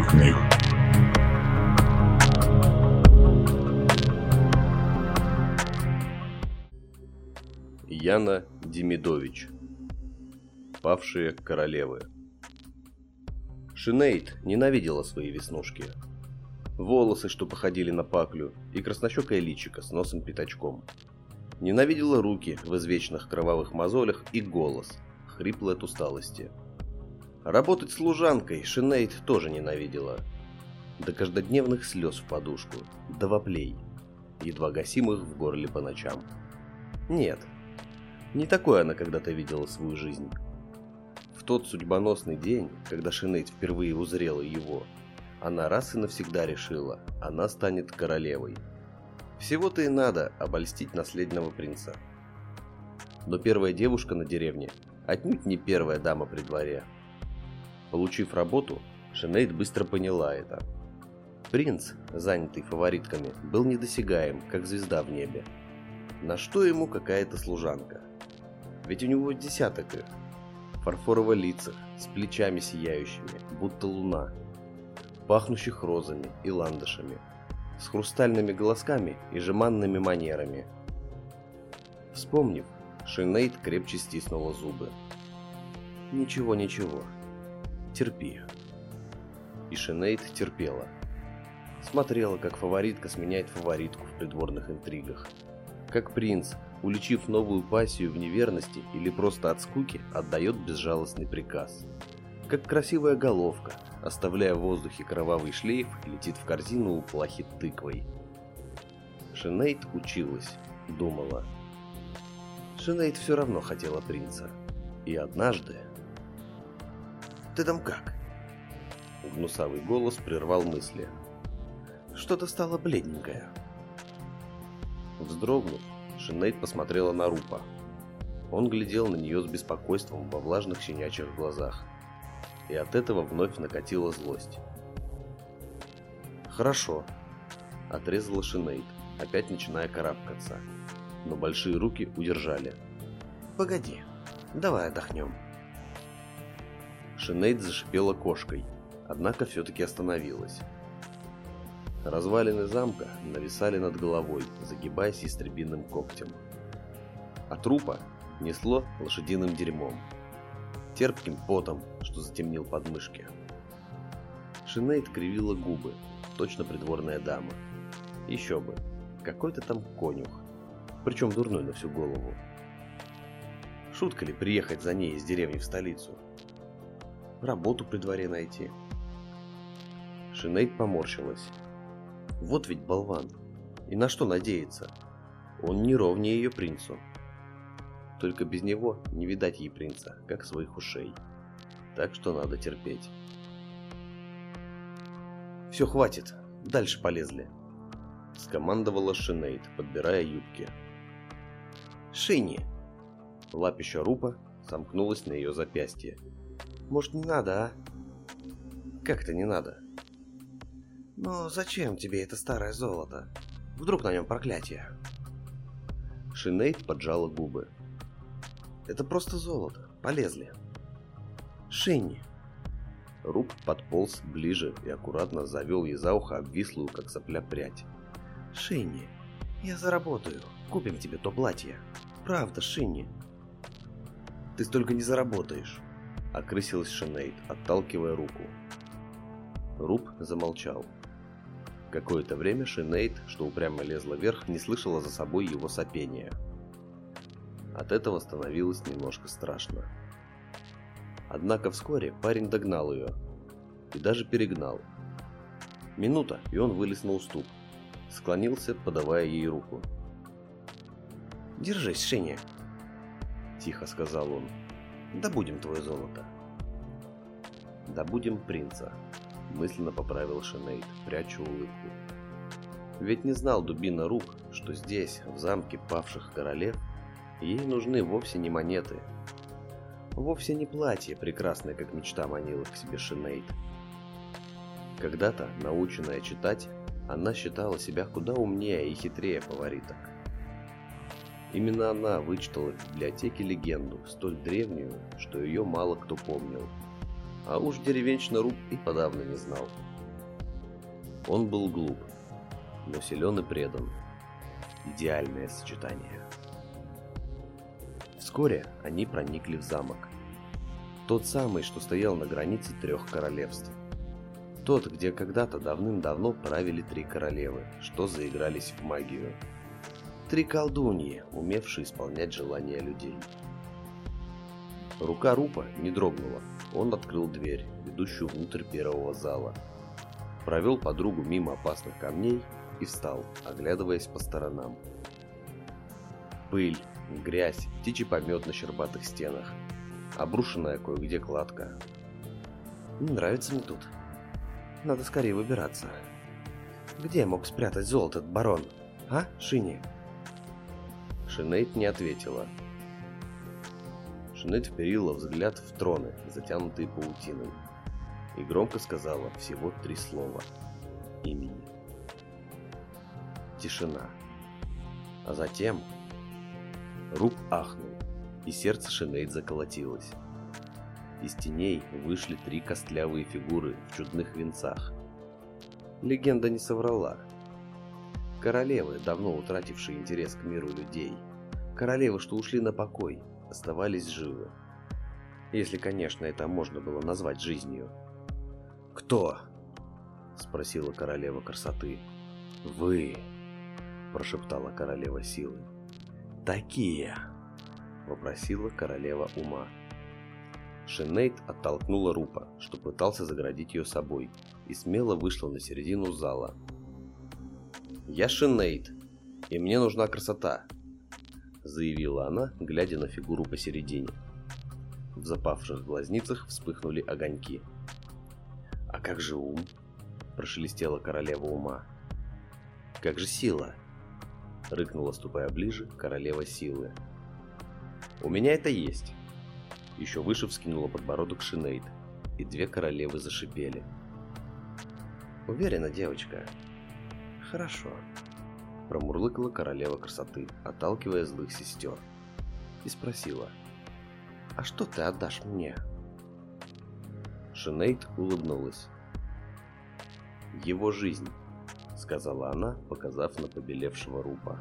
книг. Яна Демидович. Павшие королевы. Шинейд ненавидела свои веснушки. Волосы, что походили на паклю, и краснощекое личико с носом-пятачком. Ненавидела руки в извечных кровавых мозолях и голос, хриплый от усталости. Работать служанкой Шинейд тоже ненавидела. До каждодневных слез в подушку, до воплей, едва гасимых в горле по ночам. Нет, не такой она когда-то видела свою жизнь. В тот судьбоносный день, когда Шинейд впервые узрела его, она раз и навсегда решила, она станет королевой. Всего-то и надо обольстить наследного принца. Но первая девушка на деревне отнюдь не первая дама при дворе. Получив работу, Шинейд быстро поняла это. Принц, занятый фаворитками, был недосягаем, как звезда в небе. На что ему какая-то служанка? Ведь у него десяток их. Фарфорово-лицах, с плечами сияющими, будто луна, пахнущих розами и ландышами, с хрустальными голосками и жеманными манерами. Вспомнив, Шинейд крепче стиснула зубы. Ничего, ничего. Терпи. И Шинейд терпела. Смотрела, как фаворитка сменяет фаворитку в придворных интригах. Как принц, уличив новую пассию в неверности или просто от скуки, отдает безжалостный приказ. Как красивая головка, оставляя в воздухе кровавый шлейф, летит в корзину у плахи тыквой. Шинейд училась, думала. Шинейд все равно хотела принца. И однажды... «Ты там как?» Гнусавый голос прервал мысли. «Что-то стало бледненькое». Вздрогнув, Шинейд посмотрела на Рупа. Он глядел на нее с беспокойством во влажных щенячьих глазах. И от этого вновь накатила злость. «Хорошо», — отрезала Шинейд, опять начиная карабкаться. Но большие руки удержали. «Погоди, давай отдохнем». Шинейд зашипела кошкой, однако все-таки остановилась. Развалины замка нависали над головой, загибаясь ястребиным когтем. А трупа несло лошадиным дерьмом, терпким потом, что затемнил подмышки. Шинейд кривила губы, точно придворная дама. Еще бы, какой-то там конюх, причем дурной на всю голову. Шутка ли приехать за ней из деревни в столицу? Работу при дворе найти? Шинейд поморщилась. Вот ведь болван. И на что надеяться? Он не ровнее ее принцу. Только без него не видать ей принца, как своих ушей. Так что надо терпеть. «Все, хватит. Дальше полезли», — скомандовала Шинейд, подбирая юбки. «Шини!» Лапища Рупа сомкнулась на ее запястье. «Может, не надо, а?» «Как-то не надо». «Но зачем тебе это старое золото? Вдруг на нем проклятие?» Шинейд поджала губы. «Это просто золото. Полезли». «Шинни!» Руб подполз ближе и аккуратно завел ей за ухо обвислую, как сопля, прядь. «Шинни, я заработаю. Купим тебе то платье. Правда, Шинни». «Ты столько не заработаешь», — окрысилась Шинейд, отталкивая руку. Руб замолчал. Какое-то время Шинейд, что упрямо лезла вверх, не слышала за собой его сопения. От этого становилось немножко страшно. Однако вскоре парень догнал ее. И даже перегнал. Минута, и он вылез на уступ. Склонился, подавая ей руку. «Держись, Шиня», — тихо сказал он. «Добудем твое золото». «Добудем принца», — мысленно поправил Шинейд, пряча улыбку. Ведь не знал дубина Руб, что здесь, в замке павших королев, ей нужны вовсе не монеты. Вовсе не платье, прекрасное, как мечта манила к себе Шинейд. Когда-то, наученная читать, она считала себя куда умнее и хитрее фавориток. Именно она вычитала в библиотеке легенду, столь древнюю, что ее мало кто помнил. А уж деревенщина Руб и подавно не знал. Он был глуп, но силен и предан. Идеальное сочетание. Вскоре они проникли в замок. Тот самый, что стоял на границе 3 королевств. Тот, где когда-то давным-давно правили 3 королевы, что заигрались в магию. 3 колдуньи, умевшие исполнять желания людей. Рука Рупа не дрогнула. Он открыл дверь, ведущую внутрь первого зала. Провел подругу мимо опасных камней и встал, оглядываясь по сторонам. Пыль, грязь, птичий помет на щербатых стенах. Обрушенная кое-где кладка. Не нравится мне тут. Надо скорее выбираться. Где мог спрятать золото этот барон? А, Шини? Шинейд не ответила. Шинейд вперила взгляд в троны, затянутые паутиной, и громко сказала всего 3 слова имени. Тишина. А затем Руп ахнул, и сердце Шинейд заколотилось. Из теней вышли 3 костлявые фигуры в чудных венцах. Легенда не соврала. Королевы, давно утратившие интерес к миру людей, королевы, что ушли на покой, оставались живы. Если, конечно, это можно было назвать жизнью. «Кто?» — спросила королева красоты. «Вы!» — прошептала королева силы. «Такие!» — вопросила королева ума. Шинейд оттолкнула Рупа, что пытался заградить ее собой, и смело вышла на середину зала. «Я Шинейд, и мне нужна красота», — заявила она, глядя на фигуру посередине. В запавших глазницах вспыхнули огоньки. «А как же ум?» — прошелестела королева ума. «Как же сила?» — рыкнула, ступая ближе, королева силы. «У меня это есть!» Еще выше вскинула подбородок Шинейд, и 2 королевы зашипели. «Уверена, девочка?» «Хорошо», — промурлыкала королева красоты, отталкивая злых сестер, и спросила: «А что ты отдашь мне?» Шинейд улыбнулась. «Его жизнь», — сказала она, показав на побелевшего Рупа.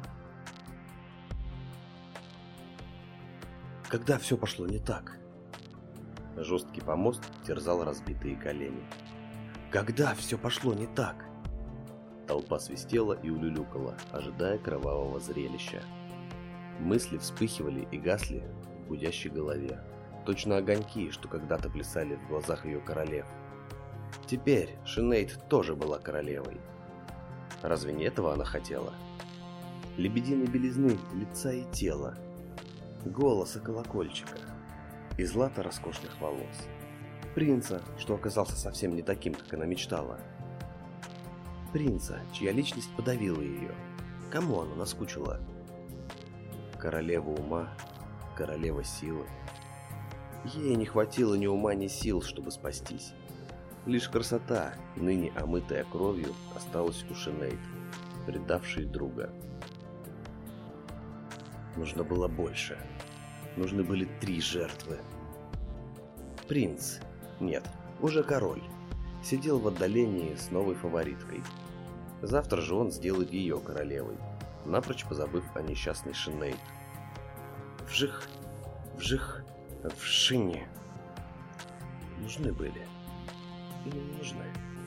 Когда все пошло не так? Жесткий помост терзал разбитые колени. Когда все пошло не так? Толпа свистела и улюлюкала, ожидая кровавого зрелища. Мысли вспыхивали и гасли в гудящей голове. Точно огоньки, что когда-то плясали в глазах ее королев. Теперь Шинейд тоже была королевой. Разве не этого она хотела? Лебединой белизны лица и тела, голоса колокольчика и злата роскошных волос. Принца, что оказался совсем не таким, как она мечтала. Принца, чья личность подавила ее. Кому она наскучила? Королева ума, королева силы. Ей не хватило ни ума, ни сил, чтобы спастись. Лишь красота, ныне омытая кровью, осталась у Шинейд, предавшей друга. Нужно было больше. Нужны были 3 жертвы. Принц, нет, уже король, сидел в отдалении с новой фавориткой. Завтра же он сделает ее королевой, напрочь позабыв о несчастной Шинейд. Вжих, вжих, вшине. Нужны были. Или не нужны?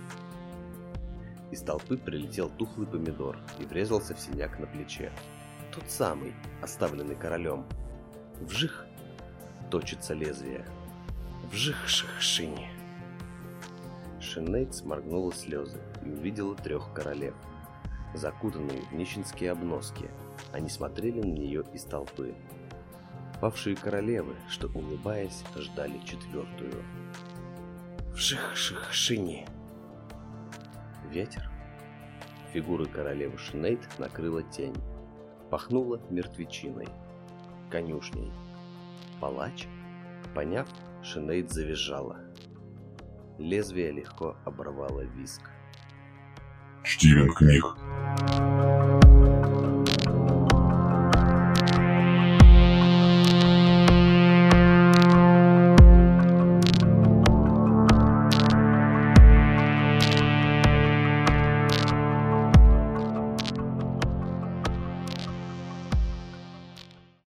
Из толпы прилетел тухлый помидор и врезался в синяк на плече. Тот самый, оставленный королем. Вжих, точится лезвие. Вжих-ших-шини. Шинейд сморгнула слезы и увидела 3 королев, закутанные в нищенские обноски. Они смотрели на нее из толпы. Павшие королевы, что, улыбаясь, ждали 4-ю. Вжих-ших-шини. Ветер. Фигуры королевы Шинейд накрыла тень. Пахнуло мертвечиной, конюшней. Палач, поняв, Шинейд завизжала. Лезвие легко оборвало виск. Стивен Книг.